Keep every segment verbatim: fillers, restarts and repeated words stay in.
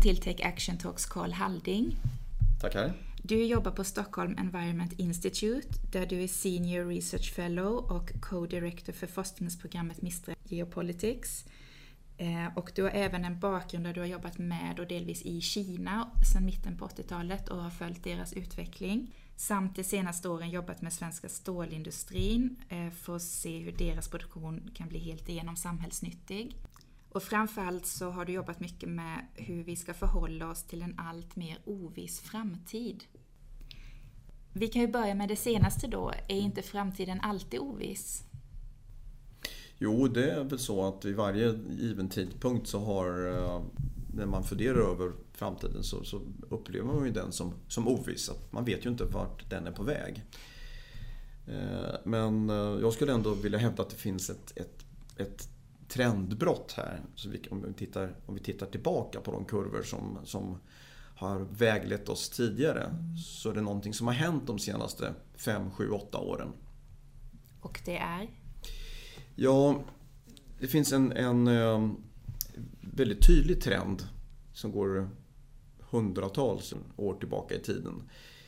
till Take Action Talks, Carl Halding. Tackar. Du jobbar på Stockholm Environment Institute där du är Senior Research Fellow och Co-Director för forskningsprogrammet Mistra Geopolitics. Och du har även en bakgrund där du har jobbat med och delvis i Kina sedan mitten på åttiotalet och har följt deras utveckling. Samt de senaste åren jobbat med svenska stålindustrin för att se hur deras produktion kan bli helt igenom samhällsnyttig. Och framförallt så har du jobbat mycket med hur vi ska förhålla oss till en allt mer oviss framtid. Vi kan ju börja med det senaste då. Är inte framtiden alltid oviss? Jo, det är väl så att vid varje given tidpunkt så har, när man funderar över framtiden så, så upplever man ju den som, som oviss. Man vet ju inte vart den är på väg. Men jag skulle ändå vilja hävda att det finns ett, ett, ett trendbrott här. Så vi, om, vi tittar, om vi tittar tillbaka på de kurvor som, som har väglett oss tidigare, så är det någonting som har hänt de senaste fem, sju, åtta åren. Och det är? Ja, det finns en, en väldigt tydlig trend som går hundratals år tillbaka i tiden.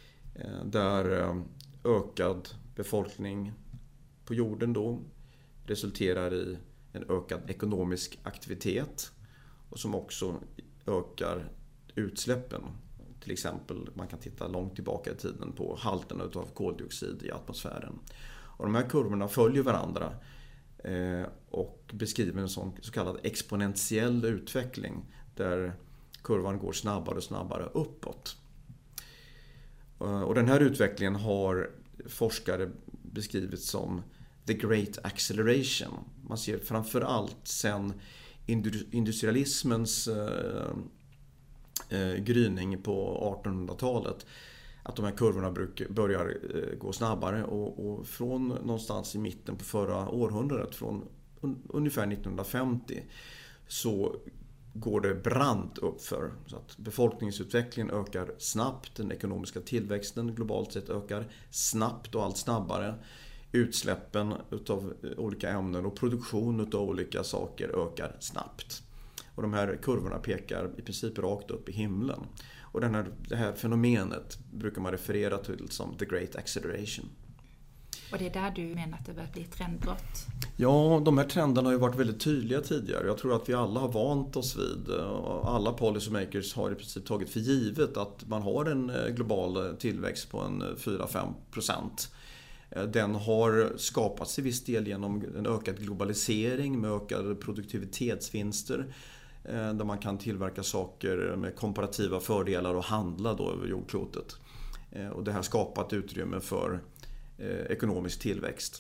Där ökad befolkning på jorden då resulterar i en ökad ekonomisk aktivitet och som också ökar utsläppen. Till exempel man kan titta långt tillbaka i tiden på halterna av koldioxid i atmosfären. Och de här kurvorna följer varandra och beskriver en sån så kallad exponentiell utveckling där kurvan går snabbare och snabbare uppåt. Och den här utvecklingen har forskare beskrivit som the great acceleration. Man ser framförallt sen industrialismens eh, eh, gryning på artonhundratalet att de här kurvorna brukar, börjar eh, gå snabbare och, och från någonstans i mitten på förra århundradet, från un, ungefär nittonhundrafemtio, så går det brant uppför. Så att befolkningsutvecklingen ökar snabbt, den ekonomiska tillväxten globalt sett ökar snabbt och allt snabbare. Utsläppen av olika ämnen och produktion av olika saker ökar snabbt. Och de här kurvorna pekar i princip rakt upp i himlen. Och den här, det här fenomenet brukar man referera till som the great acceleration. Och det är där du menar att det börjar bli ett trendbrott? Ja, de här trenderna har ju varit väldigt tydliga tidigare. Jag tror att vi alla har vant oss vid, alla policymakers har i princip tagit för givet att man har en global tillväxt på en fyra till fem procent. Den har skapats i viss del genom en ökad globalisering med ökade produktivitetsvinster där man kan tillverka saker med komparativa fördelar och handla då över jordklotet. Och det här har skapat utrymme för ekonomisk tillväxt.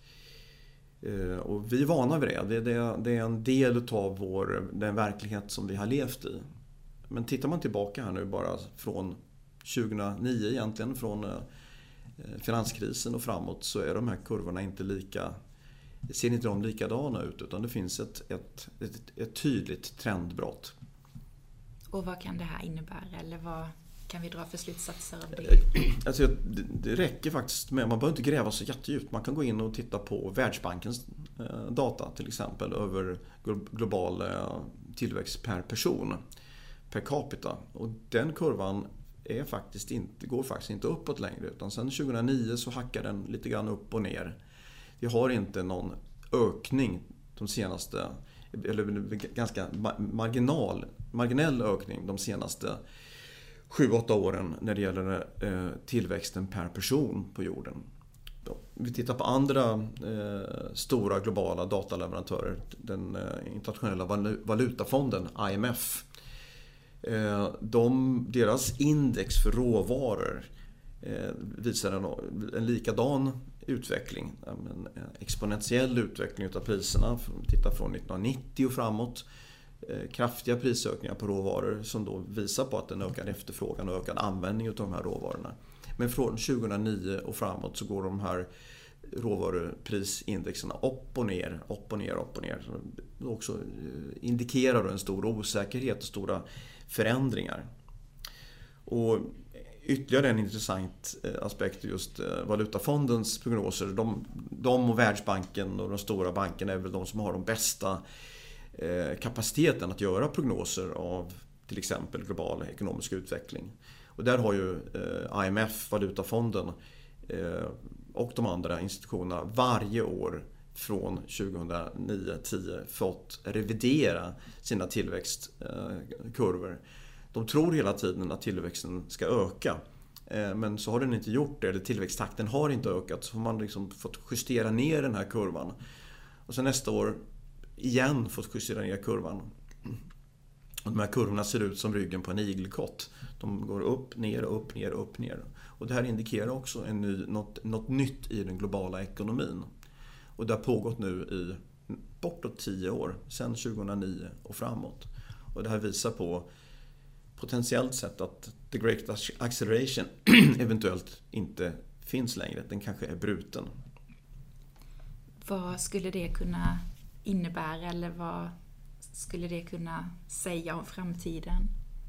Och vi är vana vid det. Det är en del av vår, den verklighet som vi har levt i. Men tittar man tillbaka här nu bara från tjugohundranio egentligen, från finanskrisen och framåt, så är de här kurvorna inte lika, ser inte de likadana ut, utan det finns ett, ett, ett, ett tydligt trendbrott. Och vad kan det här innebära, eller vad kan vi dra för slutsatser av det? Alltså, det, det räcker faktiskt med, man behöver inte gräva så jättedjupt. Man kan gå in och titta på Världsbankens eh, data till exempel över global eh, tillväxt per person, per capita. Och den kurvan är faktiskt inte, går faktiskt inte uppåt längre, utan sen tjugohundranio så hackar den lite grann upp och ner. Vi har inte någon ökning de senaste, eller ganska marginal, marginell ökning de senaste sju åtta åren när det gäller eh, tillväxten per person på jorden. Då, vi tittar på andra eh, stora globala dataleverantörer, den eh, internationella valutafonden I M F. Eh, de, deras index för råvaror eh, visar en, en likadan utveckling, en exponentiell utveckling av priserna. Titta från nittonhundranittio och framåt. Kraftiga prisökningar på råvaror som då visar på att en ökad efterfrågan och ökad användning av de här råvarorna. Men från tjugohundranio och framåt så går de här råvaruprisindexerna upp och ner, upp och ner, upp och ner. Det också indikerar en stor osäkerhet och stora förändringar. Och ytterligare en intressant aspekt är just valutafondens prognoser. De, de och Världsbanken och de stora bankerna är väl de som har de bästa kapaciteten att göra prognoser av till exempel global ekonomisk utveckling. Och där har ju I M F, Valutafonden och de andra institutionerna varje år från tjugohundranio tio fått revidera sina tillväxtkurvor. De tror hela tiden att tillväxten ska öka, men så har den inte gjort det, eller tillväxttakten har inte ökat, så har man liksom fått justera ner den här kurvan. Och sen nästa år igen fått justera ner kurvan. Och de här kurvorna ser ut som ryggen på en igelkott. De går upp, ner, upp, ner, upp, ner. Och det här indikerar också en ny, något, något nytt i den globala ekonomin. Och det har pågått nu i bortåt tio år, sedan tjugohundranio och framåt. Och det här visar på potentiellt sett att the great acceleration eventuellt inte finns längre. Den kanske är bruten. Vad skulle det kunna innebära, eller vad skulle det kunna säga om framtiden?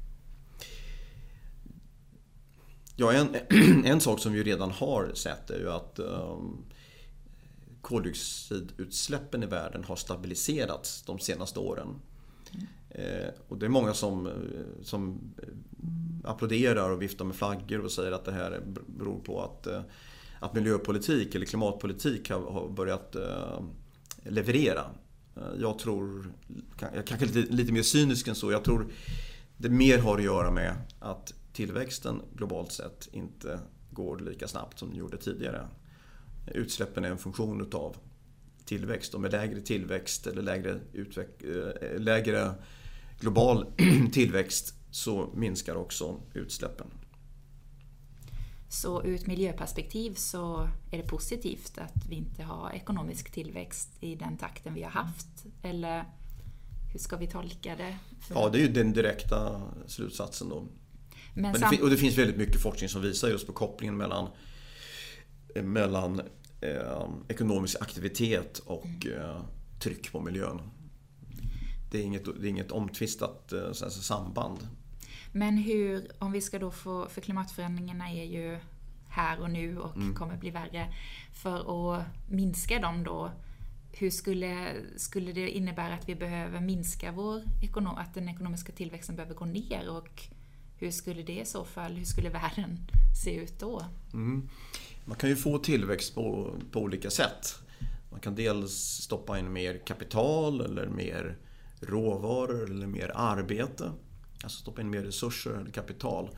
Ja, en, en sak som vi redan har sett är ju att um, koldioxidutsläppen i världen har stabiliserats de senaste åren. Mm. Eh, och det är många som, som applåderar och viftar med flaggor och säger att det här beror på att, att miljöpolitik eller klimatpolitik har, har börjat eh, leverera. Jag tror, jag kanske lite, lite mer cynisk än så, jag tror det mer har att göra med att tillväxten globalt sett inte går lika snabbt som den gjorde tidigare. Utsläppen är en funktion utav tillväxt, och med lägre tillväxt eller lägre, utveck- lägre global tillväxt så minskar också utsläppen. Så ur ett miljöperspektiv så är det positivt att vi inte har ekonomisk tillväxt i den takten vi har haft? Eller hur ska vi tolka det? Ja, det är ju den direkta slutsatsen då. Men Men det, och det finns väldigt mycket forskning som visar just på kopplingen mellan, mellan eh, ekonomisk aktivitet och mm. eh, tryck på miljön. Det är inget, det är inget omtvistat eh, samband. Men hur, om vi ska då få, för klimatförändringarna är ju här och nu och mm. kommer bli värre. För att minska dem då, hur skulle, skulle det innebära att vi behöver minska vår ekonom, att den ekonomiska tillväxten behöver gå ner, och hur skulle det i så fall, hur skulle världen se ut då? Mm. Man kan ju få tillväxt på, på olika sätt. Man kan dels stoppa in mer kapital eller mer råvaror eller mer arbete. Alltså stoppa in mer resurser eller kapital.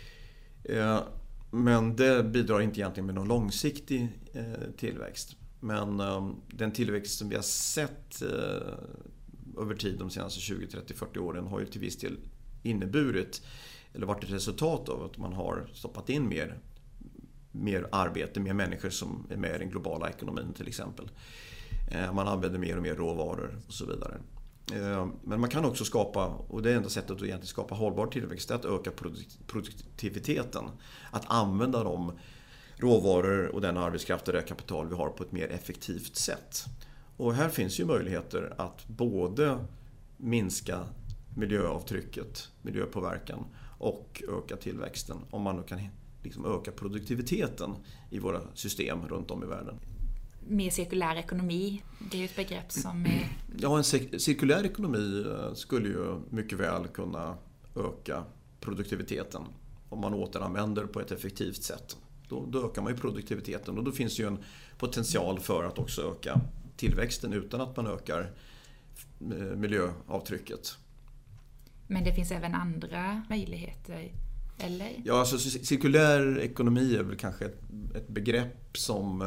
Men det bidrar inte egentligen med någon långsiktig tillväxt. Men den tillväxt som vi har sett över tid de senaste tjugo, trettio, fyrtio åren har ju till viss del inneburit, eller varit ett resultat av att man har stoppat in mer, mer arbete, mer människor som är med i den globala ekonomin till exempel. Man använder mer och mer råvaror och så vidare. Men man kan också skapa, och det enda sättet att egentligen skapa hållbar tillväxt är att öka produktiviteten. Att använda de råvaror och den arbetskraft och det kapital vi har på ett mer effektivt sätt. Och här finns ju möjligheter att både minska miljöavtrycket, miljöpåverkan, och öka tillväxten om man nu kan liksom öka produktiviteten i våra system runt om i världen. Mer cirkulär ekonomi, det är ju ett begrepp som är... Ja, en cirkulär ekonomi skulle ju mycket väl kunna öka produktiviteten om man återanvänder på ett effektivt sätt. Då, då ökar man ju produktiviteten, och då finns ju en potential för att också öka tillväxten utan att man ökar miljöavtrycket. Men det finns även andra möjligheter, eller? Ja, alltså cirkulär ekonomi är väl kanske ett, ett begrepp som...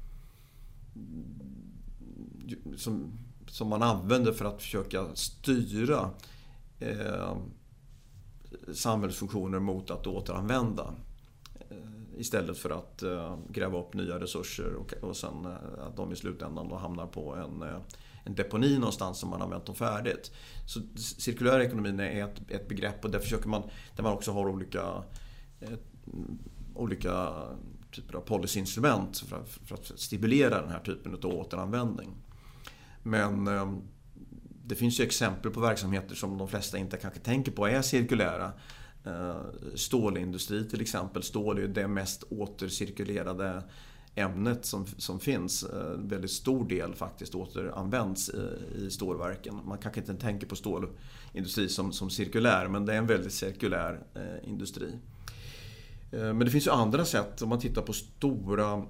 Som, som man använder för att försöka styra eh, samhällsfunktioner mot att återanvända eh, istället för att eh, gräva upp nya resurser och, och sen eh, att de i slutändan då hamnar på en, eh, en deponi någonstans som man har använt dem färdigt. Så cirkulär ekonomin är ett, ett begrepp, och där försöker man, där man också har olika eh, olika typer av policyinstrument för att, för att stimulera den här typen av återanvändning. Men eh, det finns ju exempel på verksamheter som de flesta inte kanske tänker på är cirkulära. Eh, stålindustri till exempel. Stål är ju det mest återcirkulerade ämnet som, som finns, en väldigt stor del faktiskt återanvänds i, i stålverken. Man kanske inte tänker på stålindustri som, som cirkulär, men det är en väldigt cirkulär eh, industri. Eh, men det finns ju andra sätt om man tittar på stora,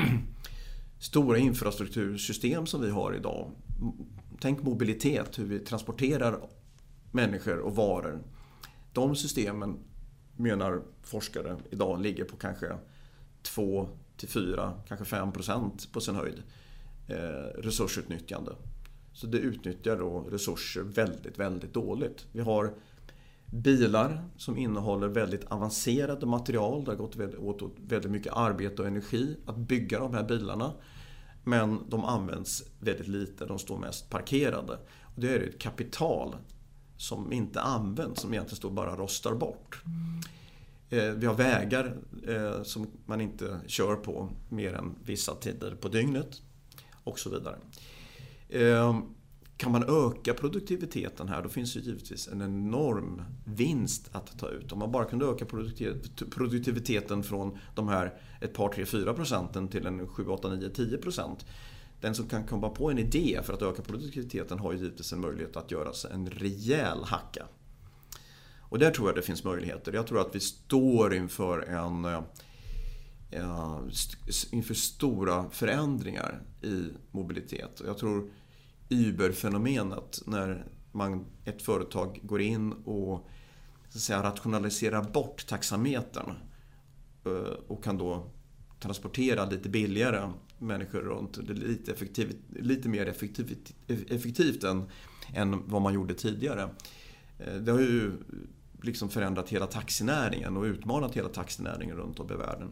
stora infrastruktursystem som vi har idag. Tänk mobilitet, hur vi transporterar människor och varor. De systemen, menar forskare idag, ligger på kanske två till fyra, kanske fem procent på sin höjd eh, resursutnyttjande. Så det utnyttjar då resurser väldigt, väldigt dåligt. Vi har bilar som innehåller väldigt avancerade material. Det har gått väldigt, åt väldigt mycket arbete och energi att bygga de här bilarna. Men de används väldigt lite, de står mest parkerade. Och det är ett kapital som inte används, som egentligen står bara rostar bort. Mm. Vi har vägar som man inte kör på mer än vissa tider på dygnet och så vidare. Kan man öka produktiviteten här, då finns ju givetvis en enorm vinst att ta ut. Om man bara kunde öka produktiviteten från de här ett par, tre, fyra procenten till en sju, åtta, nio, tio procent. Den som kan komma på en idé för att öka produktiviteten har ju givetvis en möjlighet att göra sig en rejäl hacka. Och där tror jag det finns möjligheter. Jag tror att vi står inför en eh, inför stora förändringar i mobilitet. Och jag tror Uber-fenomenet, när man, ett företag går in och så att säga, rationaliserar bort taxametern eh, och kan då transportera lite billigare människor runt, lite, effektivt, lite mer effektivt, effektivt än, än vad man gjorde tidigare. Det har ju liksom förändrat hela taxinäringen och utmanat hela taxinäringen runt om i världen.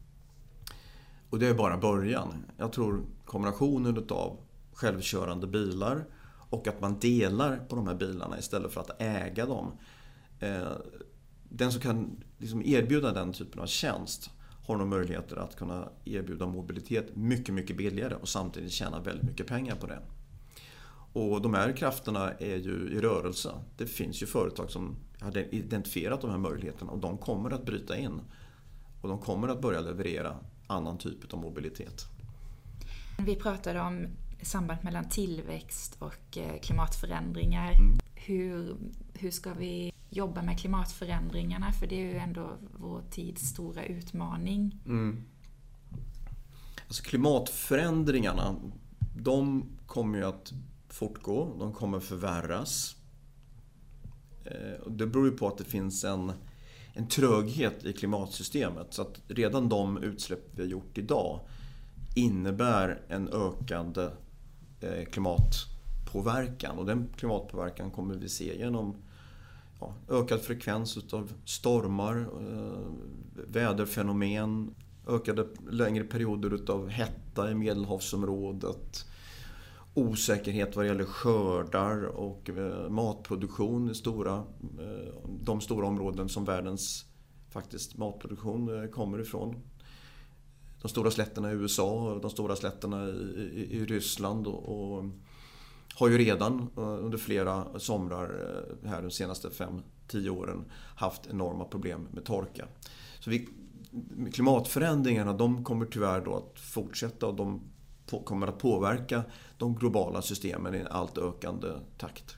Och det är bara början. Jag tror kombinationen av självkörande bilar och att man delar på de här bilarna istället för att äga dem. Den som kan liksom erbjuda den typen av tjänst har nog möjligheter att kunna erbjuda mobilitet mycket, mycket billigare och samtidigt tjäna väldigt mycket pengar på det. Och de här krafterna är ju i rörelse. Det finns ju företag som har identifierat de här möjligheterna och de kommer att bryta in. Och de kommer att börja leverera annan typ av mobilitet. Vi pratade om samband mellan tillväxt och klimatförändringar. Mm. Hur, hur ska vi jobba med klimatförändringarna? För det är ju ändå vår tids stora utmaning. Mm. Alltså klimatförändringarna, de kommer ju att fortgå, de kommer förvärras. Det beror ju på att det finns en, en tröghet i klimatsystemet. Så att redan de utsläpp vi har gjort idag innebär en ökande klimatpåverkan. Och den klimatpåverkan kommer vi se genom ja, ökad frekvens av stormar, väderfenomen, ökade längre perioder av hetta i Medelhavsområdet, osäkerhet vad gäller skördar och matproduktion i stora, de stora områden som världens faktiskt matproduktion kommer ifrån. De stora slätterna i U S A och de stora slätterna i, i, i Ryssland och, och har ju redan under flera somrar här de senaste fem till tio åren haft enorma problem med torka. Så vi, klimatförändringarna, de kommer tyvärr då att fortsätta och de på, kommer att påverka de globala systemen i en allt ökande takt.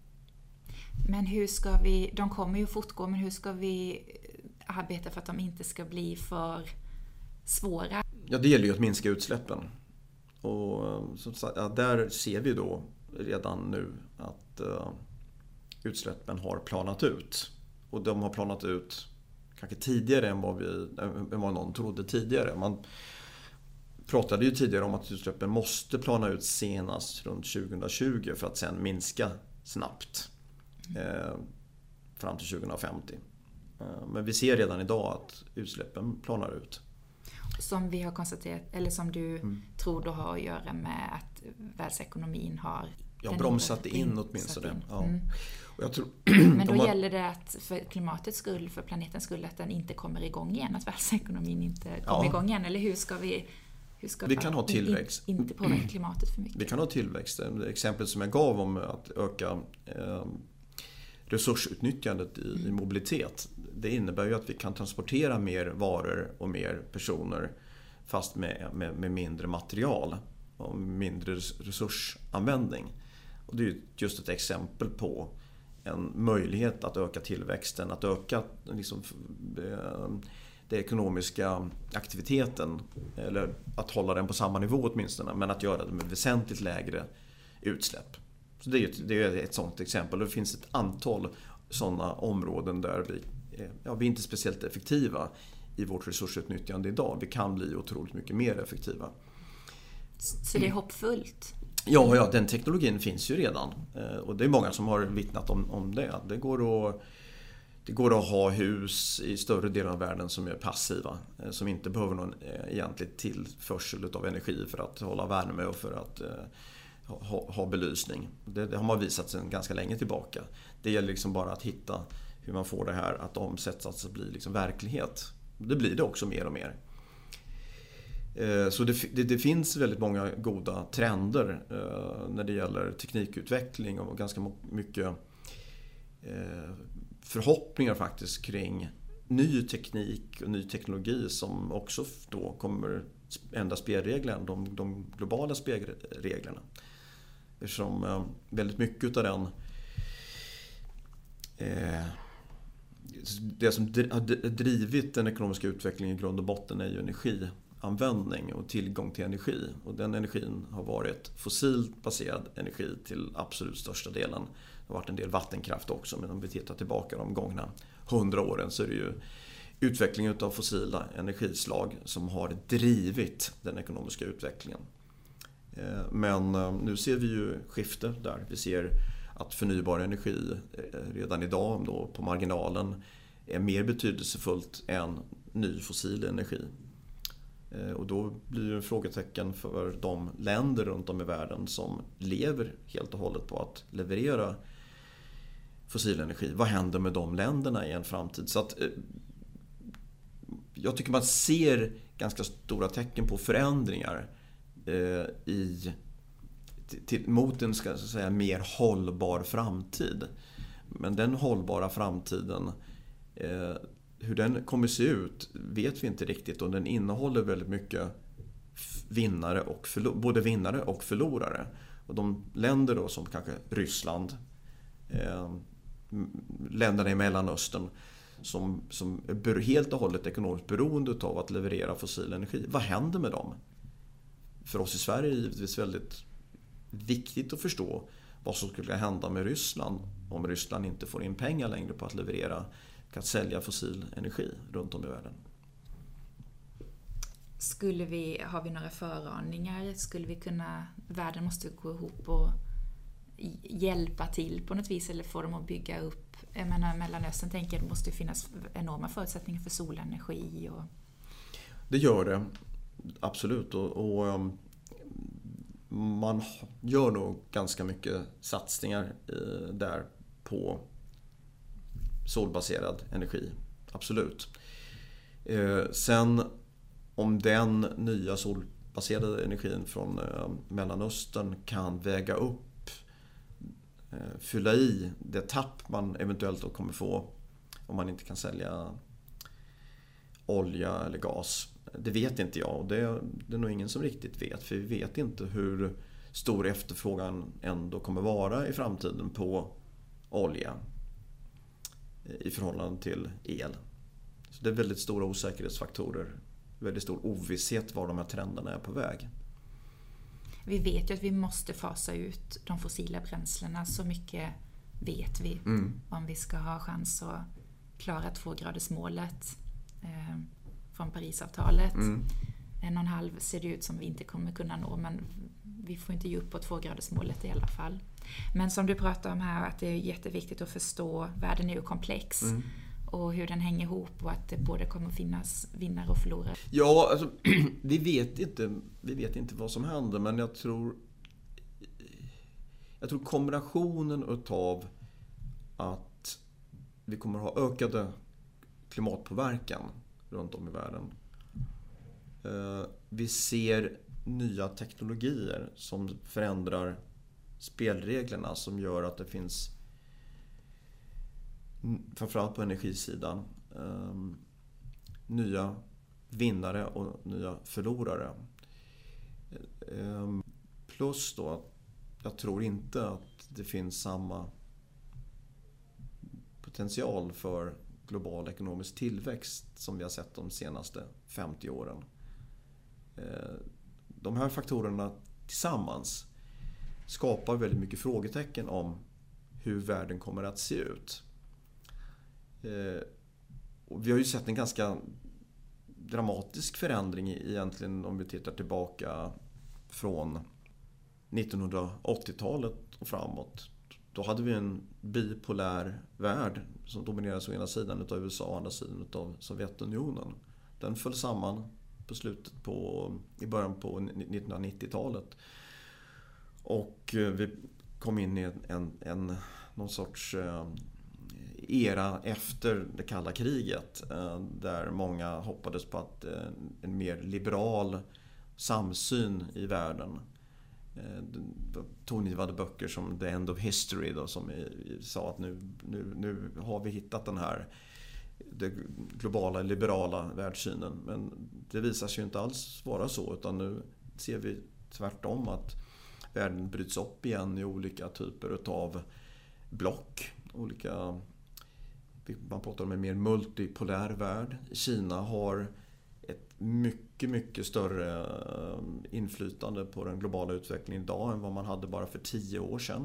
Men hur ska vi, de kommer ju fortgå, men hur ska vi arbeta för att de inte ska bli för svåra? Ja, det gäller ju att minska utsläppen. Och så, ja, där ser vi då redan nu att uh, utsläppen har planat ut. Och de har planat ut kanske tidigare än vad, vi, än vad någon trodde tidigare. Man pratade ju tidigare om att utsläppen måste plana ut senast runt tjugo tjugo för att sen minska snabbt eh, fram till tjugo femtio. Eh, men vi ser redan idag att utsläppen planar ut. Som vi har konstaterat, eller som du mm. tror då har att göra med att världsekonomin har... Ja, bromsat in åtminstone. In. Ja. Mm. Och jag tror, men då har... gäller det att för klimatets skull, för planetens skull, att den inte kommer igång igen, att världsekonomin inte kommer ja. igång igen. Eller hur ska vi... Hur ska vi kan ha tillväxt. In, inte påverka klimatet för mycket? Vi kan ha tillväxt. Exempel som jag gav om att öka eh, resursutnyttjandet i, i mobilitet. Det innebär ju att vi kan transportera mer varor och mer personer fast med, med, med mindre material och mindre resursanvändning. Och det är just ett exempel på en möjlighet att öka tillväxten, att öka liksom, den ekonomiska aktiviteten, eller att hålla den på samma nivå åtminstone, men att göra det med väsentligt lägre utsläpp. Så det är ett, det är ett sådant exempel. Det finns ett antal sådana områden där vi, ja, vi är inte speciellt effektiva i vårt resursutnyttjande idag. Vi kan bli otroligt mycket mer effektiva. Så det är hoppfullt? Ja, ja, den teknologin finns ju redan. Och det är många som har vittnat om, om det. Det går, att, det går att ha hus i större delar av världen som är passiva. Som inte behöver någon egentlig tillförsel av energi för att hålla värme och för att ha, ha belysning. Det, det har man visat sedan ganska länge tillbaka. Det gäller liksom bara att hitta hur man får det här att omsättas och bli liksom verklighet. Det blir det också mer och mer. Så det, det, det finns väldigt många goda trender när det gäller teknikutveckling och ganska mycket förhoppningar faktiskt kring ny teknik och ny teknologi som också då kommer ändra spelreglerna, de, de globala spelreglerna. Eftersom väldigt mycket av den eh, det som har drivit den ekonomiska utvecklingen i grund och botten är ju energianvändning och tillgång till energi. Och den energin har varit fossilt baserad energi till absolut största delen. Det har varit en del vattenkraft också, men om vi tittar tillbaka de gångna hundra åren så är det ju utvecklingen av fossila energislag som har drivit den ekonomiska utvecklingen. Men nu ser vi ju skifte där. Vi ser att förnybar energi redan idag då på marginalen är mer betydelsefullt än ny fossil energi. Och då blir det en frågetecken för de länder runt om i världen som lever helt och hållet på att leverera fossil energi. Vad händer med de länderna i en framtid? Så att jag tycker man ser ganska stora tecken på förändringar i till, mot en ska säga, mer hållbar framtid. Men den hållbara framtiden, eh, hur den kommer se ut vet vi inte riktigt, och den innehåller väldigt mycket vinnare och förlo- både vinnare och förlorare. Och de länder då som kanske Ryssland, eh, länderna i Mellanöstern som, som är helt och hållet ekonomiskt beroende av att leverera fossil energi. Vad händer med dem? För oss i Sverige är det givetvis väldigt viktigt att förstå vad som skulle hända med Ryssland om Ryssland inte får in pengar längre på att leverera, att sälja fossil energi runt om i världen. Skulle vi, har vi några föraningar? Skulle vi kunna, världen måste gå ihop och hjälpa till på något vis eller få dem att bygga upp? Jag menar, Mellanöstern tänker det måste finnas enorma förutsättningar för solenergi. Och... Det gör det, absolut. Och, och man gör nog ganska mycket satsningar där på solbaserad energi, absolut. Sen om den nya solbaserade energin från Mellanöstern kan väga upp, fylla i det tapp man eventuellt då kommer få om man inte kan sälja olja eller gas. Det vet inte jag, och det, det är nog ingen som riktigt vet, för vi vet inte hur stor efterfrågan ändå kommer vara i framtiden på olja i förhållande till el. Så det är väldigt stora osäkerhetsfaktorer, väldigt stor ovisshet var de här trenderna är på väg. Vi vet ju att vi måste fasa ut de fossila bränslena, så mycket vet vi mm. om vi ska ha chans att klara tvågradersmålet eh, från Parisavtalet. Mm. En och en halv ser det ut som vi inte kommer kunna nå, men vi får inte ge upp på tvågradersmålet i alla fall. Men som du pratar om här, att det är jätteviktigt att förstå, världen är ju komplex mm. och hur den hänger ihop och att det både kommer finnas vinnare och förlorare. Ja, alltså, vi vet inte, vi vet inte vad som händer, men jag tror jag tror kombinationen utav att vi kommer ha ökade klimatpåverkan runt om i världen. Vi ser nya teknologier som förändrar spelreglerna, som gör att det finns, framförallt på energisidan, nya vinnare och nya förlorare. Plus då att jag tror inte att det finns samma potential för global ekonomisk tillväxt som vi har sett de senaste femtio åren. De här faktorerna tillsammans skapar väldigt mycket frågetecken om hur världen kommer att se ut. Och vi har ju sett en ganska dramatisk förändring egentligen om vi tittar tillbaka från nittonhundraåttiotalet och framåt. Då hade vi en bipolär värld som dominerades å ena sidan av U S A och å andra sidan av Sovjetunionen. Den föll samman på slutet på, i början på nittonhundranittiotalet. Och vi kom in i en, en, någon sorts era efter det kalla kriget där många hoppades på att en mer liberal samsyn i världen. Tongivande böcker som The End of History då, som sa att nu, nu, nu har vi hittat den här det globala liberala världssynen. Men det visar sig ju inte alls vara så, utan nu ser vi tvärtom att världen bryts upp igen i olika typer av block. Olika, man pratar om en mer multipolär värld. Kina har ett mycket, mycket större inflytande på den globala utvecklingen idag än vad man hade bara för tio år sedan.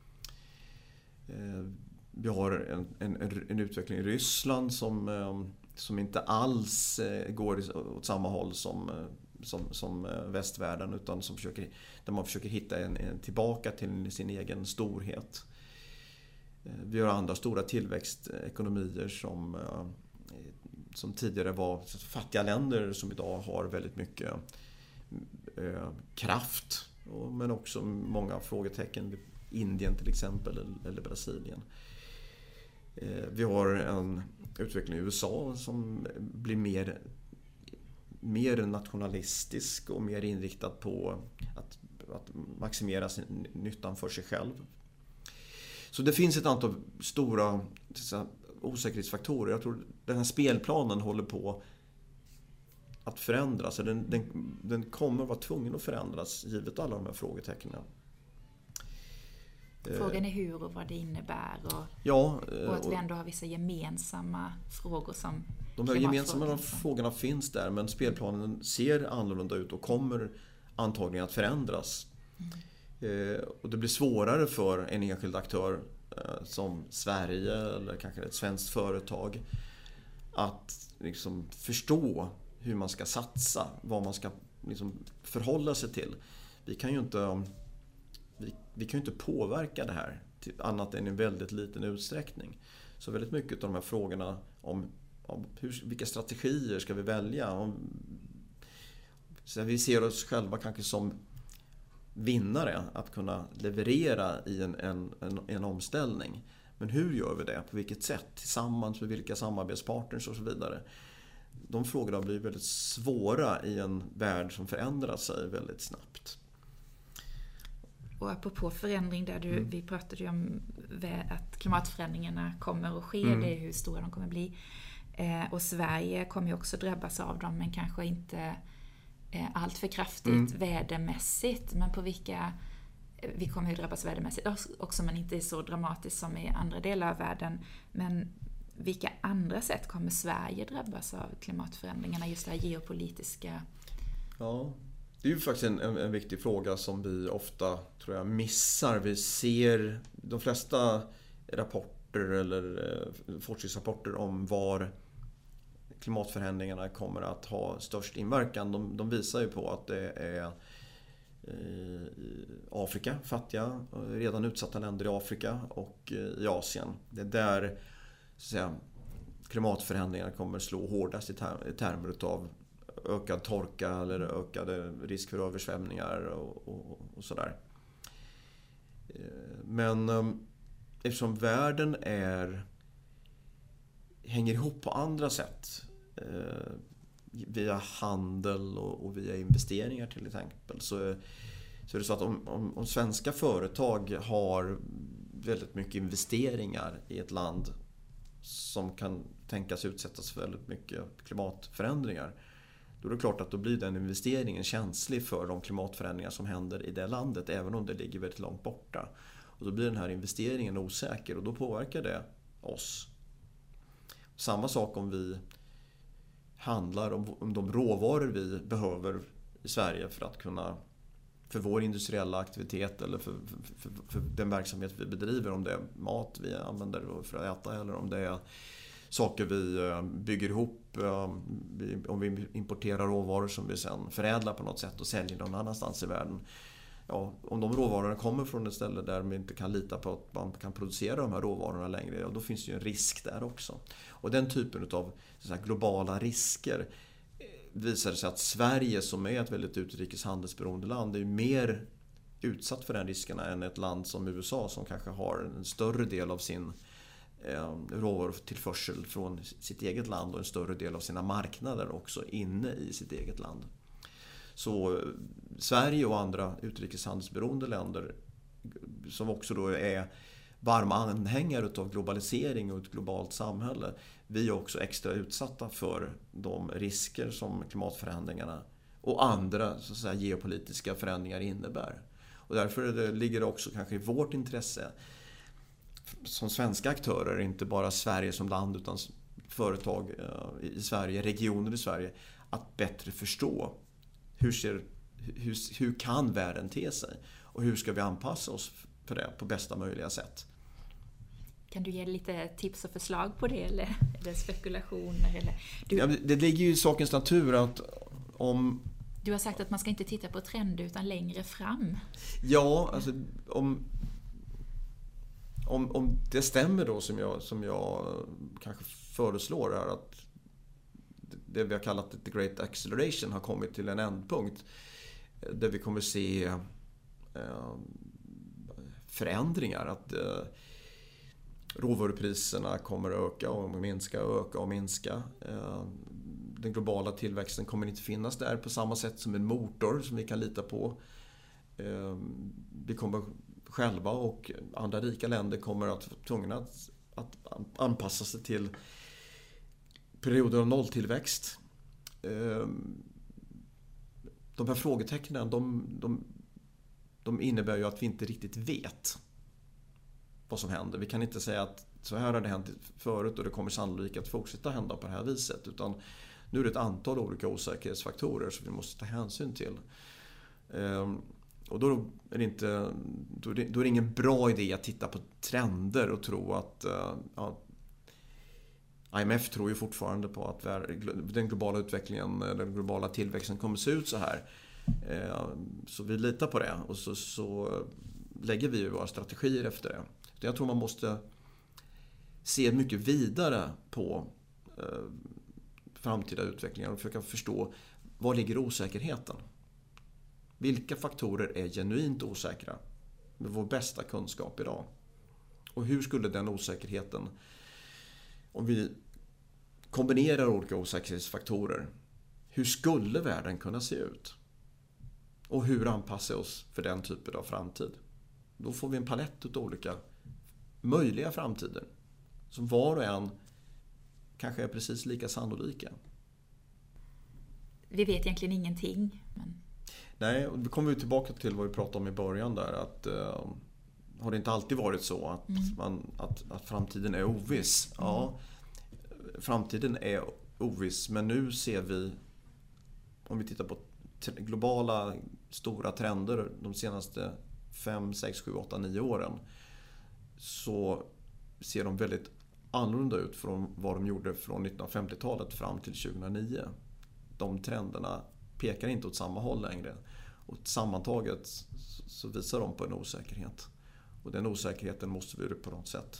Vi har en, en, en utveckling i Ryssland som, som inte alls går åt samma håll som, som, som västvärlden, utan som försöker, där man försöker hitta en, en tillbaka till sin egen storhet. Vi har andra stora tillväxtekonomier som, som tidigare var fattiga länder som idag har väldigt mycket kraft, men också många frågetecken. Indien till exempel eller Brasilien. Vi har en utveckling i U S A som blir mer, mer nationalistisk och mer inriktad på att, att maximera sin nyttan för sig själv. Så det finns ett antal stora säga, osäkerhetsfaktorer. Jag tror den här spelplanen håller på att förändras. Den, den, den kommer vara tvungen att förändras givet alla de här frågetecknen. Frågan är hur och vad det innebär och, ja, och att vi ändå har vissa gemensamma frågor som de här gemensamma frågorna finns där, men spelplanen ser annorlunda ut och kommer antagligen att förändras. Mm. Och det blir svårare för en enskild aktör som Sverige eller kanske ett svenskt företag att liksom förstå hur man ska satsa, vad man ska liksom förhålla sig till. Vi kan ju inte Vi, vi kan ju inte påverka det här till annat än i en väldigt liten utsträckning. Så väldigt mycket av de här frågorna om, om hur, vilka strategier ska vi välja? Om, så vi ser oss själva kanske som vinnare att kunna leverera i en, en, en, en omställning. Men hur gör vi det? På vilket sätt? Tillsammans med vilka samarbetspartners och så vidare. De frågorna blir väldigt svåra i en värld som förändrar sig väldigt snabbt. Och apropå förändring där du, mm. vi pratade ju om att klimatförändringarna kommer att ske, mm. det är hur stora de kommer att bli. Eh, och Sverige kommer ju också drabbas av dem, men kanske inte eh, allt för kraftigt mm. vädermässigt. Men på vilka, vi kommer ju drabbas vädermässigt också, men inte så dramatiskt som i andra delar av världen. Men vilka andra sätt kommer Sverige drabbas av klimatförändringarna, just det här geopolitiska? Ja. Det är ju faktiskt en, en, en viktig fråga som vi ofta tror jag missar. Vi ser de flesta rapporter eller eh, forskningsrapporter om var klimatförändringarna kommer att ha störst inverkan. De, de visar ju på att det är eh, Afrika, fattiga, redan utsatta länder i Afrika och eh, i Asien. Det är där så att säga, klimatförändringarna kommer slå hårdast i, ter- i termer av ökad torka eller ökad risk för översvämningar och, och, och sådär. Men eftersom världen är hänger ihop på andra sätt eh, via handel och, och via investeringar till exempel, så, så är det så att om, om, om svenska företag har väldigt mycket investeringar i ett land som kan tänkas utsättas för väldigt mycket klimatförändringar, då är det klart att då blir den investeringen känslig för de klimatförändringar som händer i det landet, även om det ligger väldigt långt borta. Och då blir den här investeringen osäker och då påverkar det oss. Samma sak om vi handlar om, om de råvaror vi behöver i Sverige för att kunna, för vår industriella aktivitet eller för, för, för, för den verksamhet vi bedriver, om det är mat vi använder för att äta eller om det är saker vi bygger ihop, om vi importerar råvaror som vi sedan förädlar på något sätt och säljer någon annanstans i världen. Ja, om de råvarorna kommer från ett ställe där vi inte kan lita på att man kan producera de här råvarorna längre, ja, då finns det ju en risk där också. Och den typen av så här, globala risker visar sig att Sverige, som är ett väldigt utrikeshandelsberoende land, är ju mer utsatt för den riskerna än ett land som U S A, som kanske har en större del av sin eh, råvarutillförsel från sitt eget land och en större del av sina marknader också inne i sitt eget land. Så Sverige och andra utrikeshandelsberoende länder som också då är varma anhängare av globalisering och ett globalt samhälle, vi är också extra utsatta för de risker som klimatförändringarna och andra så att säga, geopolitiska förändringar innebär. Och därför det ligger det också kanske i vårt intresse som svenska aktörer, inte bara Sverige som land utan företag i Sverige, regioner i Sverige, att bättre förstå hur, ser, hur, hur kan världen te sig och hur ska vi anpassa oss för det på bästa möjliga sätt. Kan du ge lite tips och förslag på det, eller är det spekulationer? Eller du... ja, det ligger ju i sakens natur att om... Du har sagt att man ska inte titta på trender utan längre fram. Ja, alltså om, om, om det stämmer då som jag, som jag kanske föreslår är att det vi har kallat the great acceleration har kommit till en ändpunkt där vi kommer se eh, förändringar, att eh, råvarupriserna kommer att öka och minska och öka och minska. Eh, den globala tillväxten kommer inte finnas där på samma sätt som en motor som vi kan lita på. Eh, vi kommer själva och andra rika länder kommer att vara tvungna att, att anpassa sig till perioder av nolltillväxt. De här frågetecknen, de, de, de innebär ju att vi inte riktigt vet vad som händer. Vi kan inte säga att så här har det hänt förut och det kommer sannolikt att fortsätta hända på det här viset. Utan nu är det ett antal olika osäkerhetsfaktorer som vi måste ta hänsyn till. Och då är det, inte, då är det, då är det ingen bra idé att titta på trender och tro att... Ja, I M F tror ju fortfarande på att den globala utvecklingen, den globala tillväxten kommer se ut så här. Så vi litar på det och så, så lägger vi ju våra strategier efter det. Jag tror man måste se mycket vidare på framtida utvecklingar och försöka förstå var ligger osäkerheten. Vilka faktorer är genuint osäkra med vår bästa kunskap idag? Och hur skulle den osäkerheten, om vi kombinerar olika osäkerhetsfaktorer, hur skulle världen kunna se ut? Och hur anpassar oss för den typen av framtid? Då får vi en palett av olika möjliga framtider som var och en kanske är precis lika sannolika. Vi vet egentligen ingenting. Men... Nej, och vi kommer ju tillbaka till vad vi pratade om i början där, att uh, har det inte alltid varit så att, mm. man, att, att framtiden är oviss? Mm. Ja, framtiden är oviss, men nu ser vi, om vi tittar på globala stora trender de senaste fem, sex, sju, åtta, nio åren, så ser de väldigt annorlunda ut från vad de gjorde från nittonhundrafemtiotalet fram till tjugohundranio. De trenderna pekar inte åt samma håll längre. Och sammantaget så visar de på en osäkerhet. Och den osäkerheten måste vi på något sätt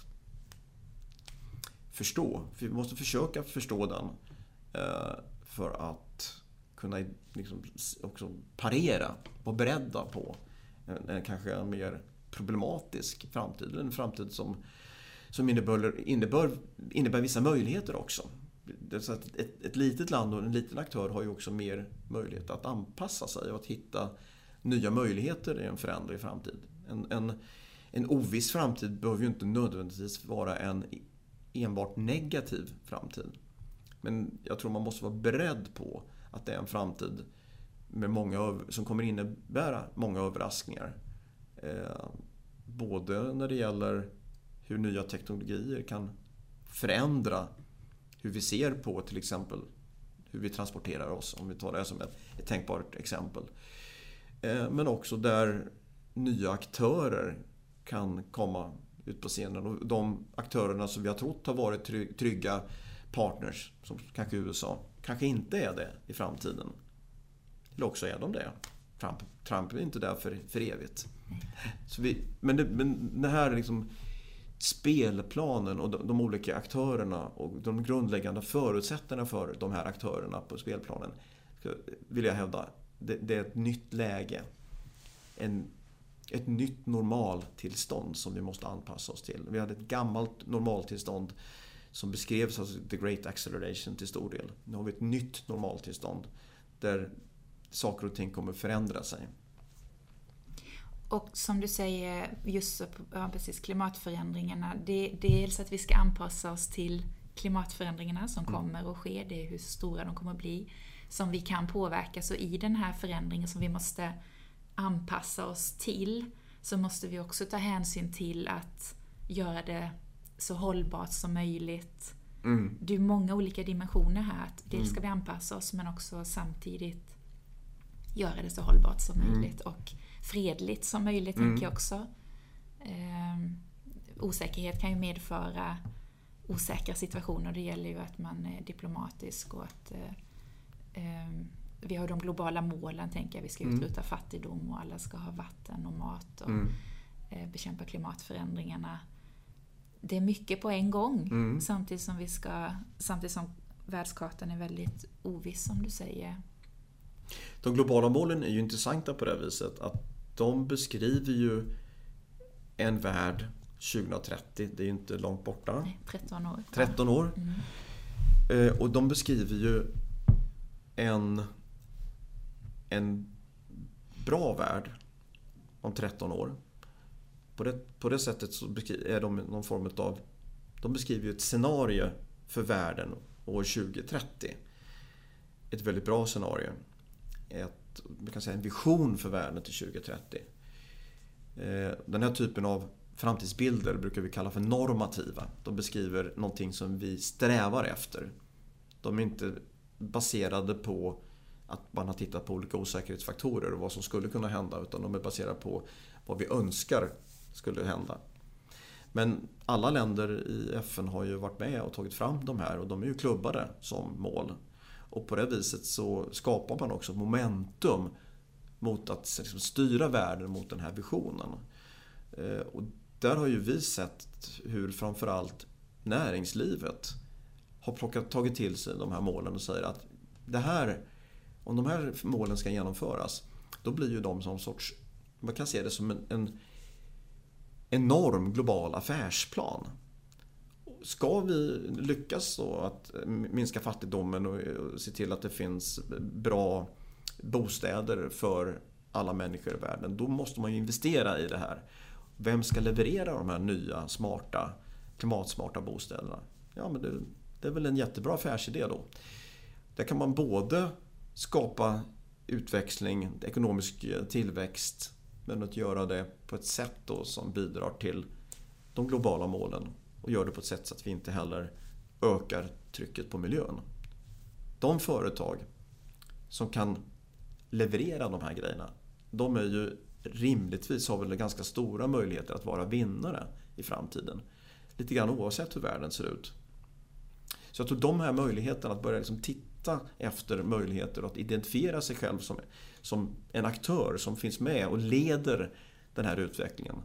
förstå. Vi måste försöka förstå den för att kunna liksom också parera, vara beredda på en kanske en mer problematisk framtid. En framtid som, som innebär, innebär, innebär vissa möjligheter också. Det är så att ett, ett litet land och en liten aktör har ju också mer möjlighet att anpassa sig och att hitta nya möjligheter i en förändrad framtid. En, en, en oviss framtid behöver ju inte nödvändigtvis vara en enbart negativ framtid. Men jag tror man måste vara beredd på att det är en framtid med många, som kommer innebära många överraskningar. Eh, både när det gäller hur nya teknologier kan förändra hur vi ser på till exempel hur vi transporterar oss, om vi tar det som ett, ett tänkbart exempel. Eh, men också där nya aktörer kan komma ut på scenen. Och de aktörerna som vi har trott har varit trygga partners, som kanske U S A, kanske inte är det i framtiden. Eller också är de det. Trump, Trump är inte där för, för evigt. Så vi, men, det, men det här liksom spelplanen och de, de olika aktörerna och de grundläggande förutsättningarna för de här aktörerna på spelplanen, vill jag hävda, det, det är ett nytt läge. En, ett nytt normaltillstånd som vi måste anpassa oss till. Vi hade ett gammalt normaltillstånd som beskrevs som the great acceleration till stor del. Nu har vi ett nytt normaltillstånd där saker och ting kommer förändra sig. Och som du säger, just ja, precis, klimatförändringarna. Det, dels att vi ska anpassa oss till klimatförändringarna som mm. kommer att ske. Det är hur stora de kommer att bli. Som vi kan påverka. Så i den här förändringen som vi måste anpassa oss till, så måste vi också ta hänsyn till att göra det så hållbart som möjligt. Mm. Det är många olika dimensioner här. Att dels ska vi anpassa oss, men också samtidigt göra det så hållbart som mm. möjligt och fredligt som möjligt, mm. tänker jag också. Eh, osäkerhet kan ju medföra osäkra situationer. Det gäller ju att man är diplomatisk och att eh, eh, vi har de globala målen, tänker jag. Vi ska utrota mm. fattigdom och alla ska ha vatten och mat och mm. eh, bekämpa klimatförändringarna. Det är mycket på en gång, mm. samtidigt som vi ska, samtidigt som världskartan är väldigt oviss, som du säger. De globala målen är ju intressanta på det viset att de beskriver ju en värld tjugohundratrettio, det är ju inte långt borta. Nej, tretton år. tretton år. Mm. Och de beskriver ju en, en bra värld om tretton år. På det, på det sättet så är de någon form av, de beskriver ju ett scenario för världen år tjugohundratrettio. Ett väldigt bra scenario. Ett, vi kan säga en vision för världen till tjugohundratrettio. Den här typen av framtidsbilder brukar vi kalla för normativa. De beskriver någonting som vi strävar efter. De är inte baserade på att man har tittat på olika osäkerhetsfaktorer och vad som skulle kunna hända, utan de är baserade på vad vi önskar skulle hända. Men alla länder i F N har ju varit med och tagit fram de här, och de är ju klubbade som mål. Och på det viset så skapar man också momentum mot att liksom styra världen mot den här visionen. Och där har ju vi sett hur framförallt näringslivet har plockat, tagit till sig de här målen och säger att det här, om de här målen ska genomföras, då blir ju de som sorts, man kan se det som en, en enorm global affärsplan. Ska vi lyckas då att minska fattigdomen och se till att det finns bra bostäder för alla människor i världen, då måste man ju investera i det här. Vem ska leverera de här nya, smarta, klimatsmarta bostäderna? Ja, men det, det är väl en jättebra affärsidé då. Där kan man både skapa utväxling, ekonomisk tillväxt, men att göra det på ett sätt då som bidrar till de globala målen och gör det på ett sätt så att vi inte heller ökar trycket på miljön. De företag som kan leverera de här grejerna, de är ju rimligtvis har väl ganska stora möjligheter att vara vinnare i framtiden. Lite grann oavsett hur världen ser ut. Så jag tror de här möjligheterna att börja liksom titta efter möjligheter att identifiera sig själv som, som en aktör som finns med och leder den här utvecklingen.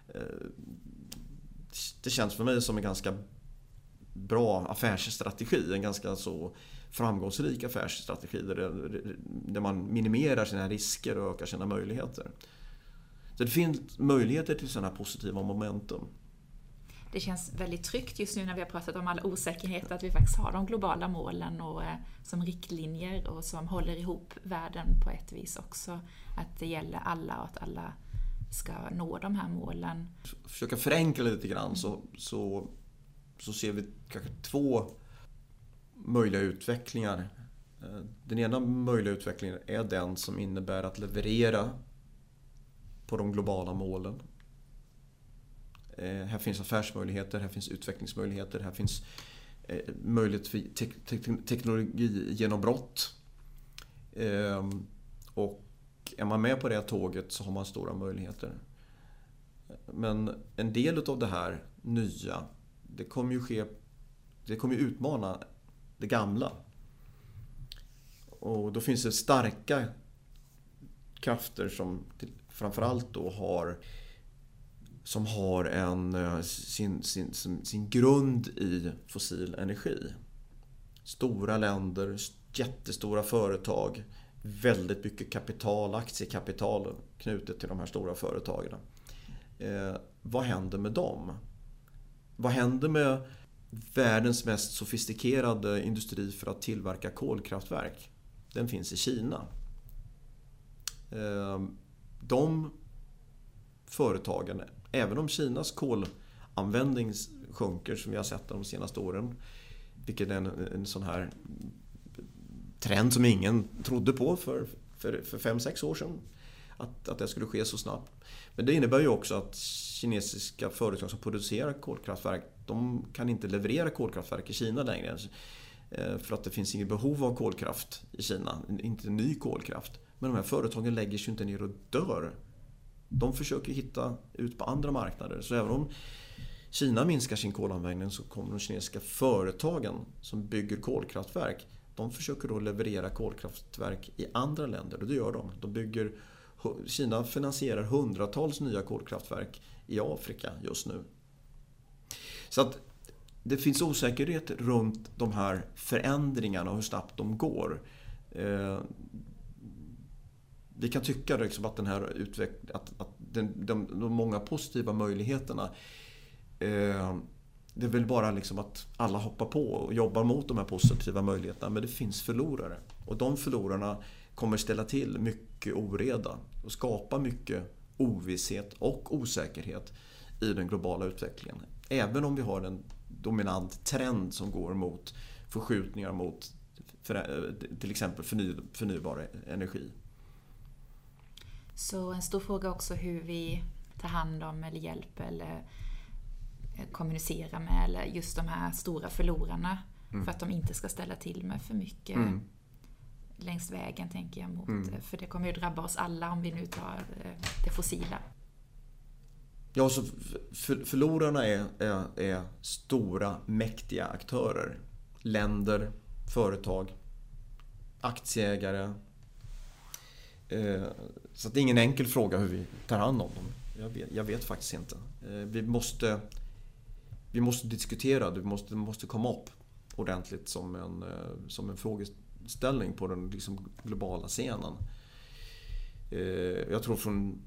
Det känns för mig som en ganska bra affärsstrategi, en ganska så framgångsrik affärsstrategi där, det, där man minimerar sina risker och ökar sina möjligheter. Så det finns möjligheter till sådana här positiva momentum. Det känns väldigt tryggt just nu när vi har pratat om all osäkerhet att vi faktiskt har de globala målen och, eh, som riktlinjer och som håller ihop världen på ett vis också. Att det gäller alla och att alla ska nå de här målen. Försöka förenkla lite grann så, så, så ser vi kanske två möjliga utvecklingar Den ena möjliga utvecklingen är den som innebär att leverera på de globala målen. Här finns affärsmöjligheter, här finns utvecklingsmöjligheter, här finns möjlighet för te- te- teknologigenombrott. Och är man med på det tåget så har man stora möjligheter. Men en del av det här nya, det kommer ju ske, det kommer ju utmana det gamla. Och då finns det starka krafter som framförallt då har som har en, sin, sin, sin, sin grund i fossil energi. Stora länder, jättestora företag, väldigt mycket kapital, aktiekapital knutet till de här stora företagen. Eh, vad händer med dem? Vad händer med världens mest sofistikerade industri för att tillverka kolkraftverk? Den finns i Kina. Eh, de företagen, även om Kinas kolanvändning sjunker som vi har sett de senaste åren, vilket är en, en sån här trend som ingen trodde på för, för, för fem sex år sedan, att, att det skulle ske så snabbt. Men det innebär ju också att kinesiska företag som producerar kolkraftverk, de kan inte leverera kolkraftverk i Kina längre, för att det finns inget behov av kolkraft i Kina, inte ny kolkraft. Men de här företagen lägger sig inte ner och dör. De försöker hitta ut på andra marknader. Så även om Kina minskar sin kolanvändning så kommer de kinesiska företagen som bygger kolkraftverk, de försöker då leverera kolkraftverk i andra länder. Och det gör de. De bygger, Kina finansierar hundratals nya kolkraftverk i Afrika just nu. Så att det finns osäkerhet runt de här förändringarna och hur snabbt de går. Eh, vi kan tycka liksom att, den här utveck- att, att den, de, de många positiva möjligheterna, eh, det är väl bara liksom att alla hoppar på och jobbar mot de här positiva möjligheterna. Men det finns förlorare. Och de förlorarna kommer ställa till mycket oreda och skapa mycket ovisshet och osäkerhet i den globala utvecklingen. Även om vi har en dominant trend som går mot förskjutningar mot för, till exempel förny, förnybar energi. Så en stor fråga också hur vi tar hand om eller hjälper eller kommunicerar med eller just de här stora förlorarna, mm. för att de inte ska ställa till med för mycket mm. längs vägen, tänker jag mot. Mm. För det kommer ju drabba oss alla om vi nu tar det fossila. Ja, så för, förlorarna är, är, är stora, mäktiga aktörer. Länder, företag, aktieägare. Eh, så det är ingen enkel fråga hur vi tar hand om dem. Jag vet, jag vet faktiskt inte. Eh, vi, måste, vi måste diskutera det, vi måste, måste komma upp ordentligt som en, eh, som en frågeställning på den liksom, globala scenen. Eh, jag tror från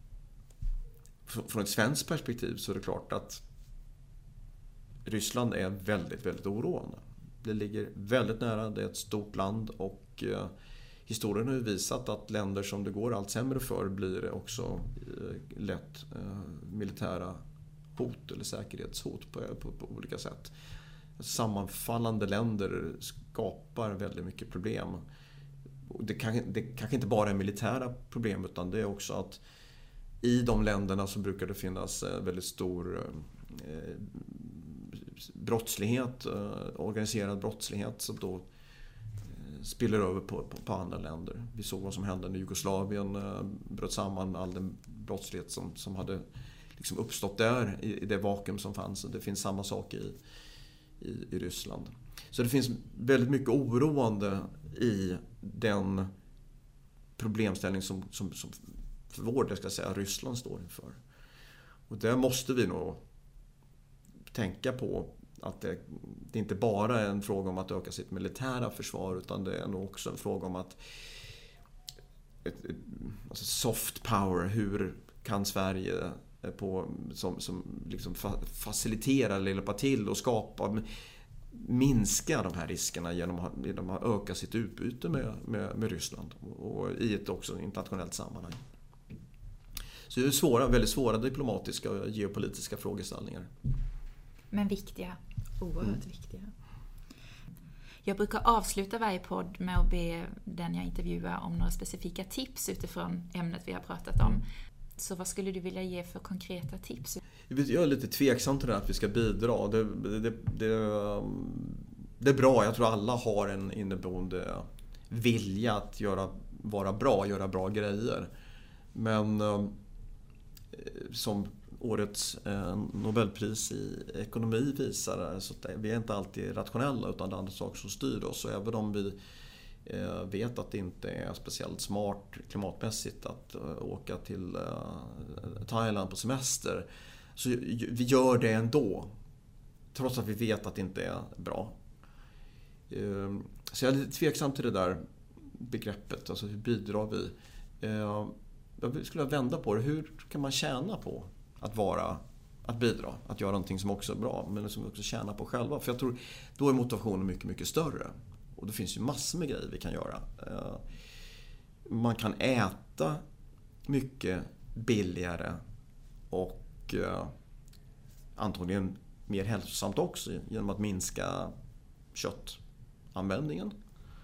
Från ett svenskt perspektiv så är det klart att Ryssland är väldigt, väldigt oroande. Det ligger väldigt nära, det är ett stort land och eh, historien har ju visat att länder som det går allt sämre för blir också eh, lätt eh, militära hot eller säkerhetshot på, på, på olika sätt. Sammanfallande länder skapar väldigt mycket problem. Det, kan, det kanske inte bara är militära problem utan det är också att i de länderna så brukar det finnas väldigt stor eh, brottslighet, eh, organiserad brottslighet som då eh, spiller över på, på, på andra länder. Vi såg vad som hände när Jugoslavien eh, bröt samman all den brottslighet som, som hade liksom uppstått där i, i det vakuum som fanns. Det finns samma sak i, i, i Ryssland. Så det finns väldigt mycket oroande i den problemställning som, som, som för vår del ska jag säga Ryssland står inför. Och där måste vi nog tänka på att det, det inte bara är en fråga om att öka sitt militära försvar utan det är nog också en fråga om att ett, ett, alltså soft power, hur kan Sverige på, som, som liksom fa, facilitera eller hjälpa till och skapa minska de här riskerna genom att, genom att öka sitt utbyte med, med, med Ryssland och i ett också internationellt sammanhang. Så det är svåra, väldigt svåra diplomatiska och geopolitiska frågeställningar. Men viktiga, oerhört mm. viktiga. Jag brukar avsluta varje podd med att be den jag intervjuar om några specifika tips utifrån ämnet vi har pratat om. Så vad skulle du vilja ge för konkreta tips? Jag är lite tveksam till det att vi ska bidra. Det, det, det, det är bra, jag tror alla har en inneboende vilja att göra, vara bra, göra bra grejer. Men som årets Nobelpris i ekonomi visar, så att vi är inte alltid rationella utan det är andra saker som styr oss. Och även om vi vet att det inte är speciellt smart klimatmässigt att åka till Thailand på semester, så vi gör det ändå trots att vi vet att det inte är bra. Så jag är lite tveksam till det där begreppet, alltså hur bidrar vi? Jag skulle vända på det, hur kan man tjäna på att vara, att bidra, att göra någonting som också är bra men som vi också tjänar på själva? För jag tror då är motivationen mycket, mycket större. Och det finns ju massor med grejer vi kan göra. Man kan äta mycket billigare och antagligen mer hälsosamt också genom att minska köttanvändningen.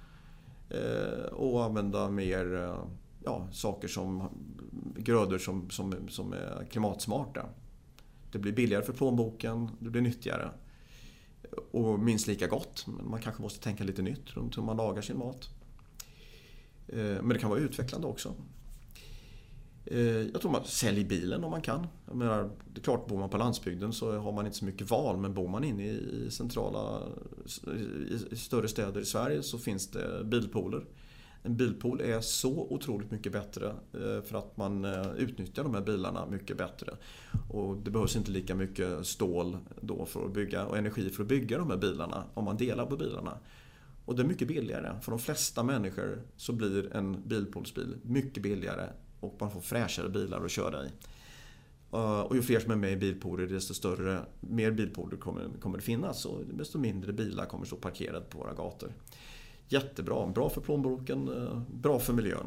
Och använda mer ja, saker som grödor som, som, som är klimatsmarta. Det blir billigare för plånboken, det blir nyttigare. Och minst lika gott. Men man kanske måste tänka lite nytt runt hur man lagar sin mat. Men det kan vara utvecklande också. Jag tror man säljer bilen om man kan. Jag menar, det är klart, bor man på landsbygden så har man inte så mycket val. Men bor man inne i centrala, i större städer i Sverige så finns det bilpooler. En bilpool är så otroligt mycket bättre för att man utnyttjar de här bilarna mycket bättre. Och det behövs inte lika mycket stål då för att bygga och energi för att bygga de här bilarna om man delar på bilarna. Och det är mycket billigare. För de flesta människor så blir en bilpoolsbil mycket billigare och man får fräschare bilar att köra i. Och ju fler som är med i bilpooler, desto större, mer bilpooler kommer, kommer det finnas och desto mindre bilar kommer stå parkerade på våra gator. Jättebra, bra för plånboken, bra för miljön.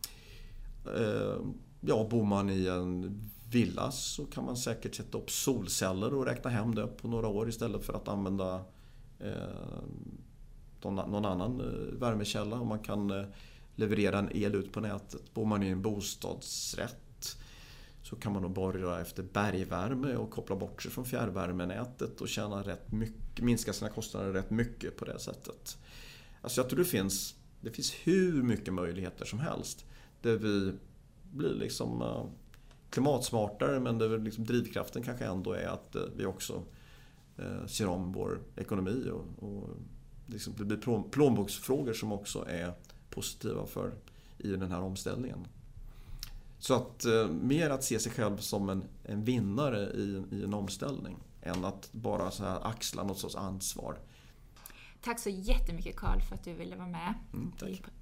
Ja, bor man i en villa så kan man säkert sätta upp solceller och räkna hem det på några år istället för att använda någon annan värmekälla. Och man kan leverera en el ut på nätet. Bor man i en bostadsrätt så kan man då borra efter bergvärme och koppla bort sig från fjärrvärmenätet och tjäna rätt mycket, minska sina kostnader rätt mycket på det sättet. Alltså jag tror det finns, det finns hur mycket möjligheter som helst där vi blir liksom klimatsmartare, men där liksom drivkraften kanske ändå är att vi också ser om vår ekonomi och, och liksom det blir plånboksfrågor som också är positiva för i den här omställningen. Så att mer att se sig själv som en, en vinnare i, i en omställning än att bara så här axla något sorts ansvar. Tack så jättemycket, Carl, för att du ville vara med mm, i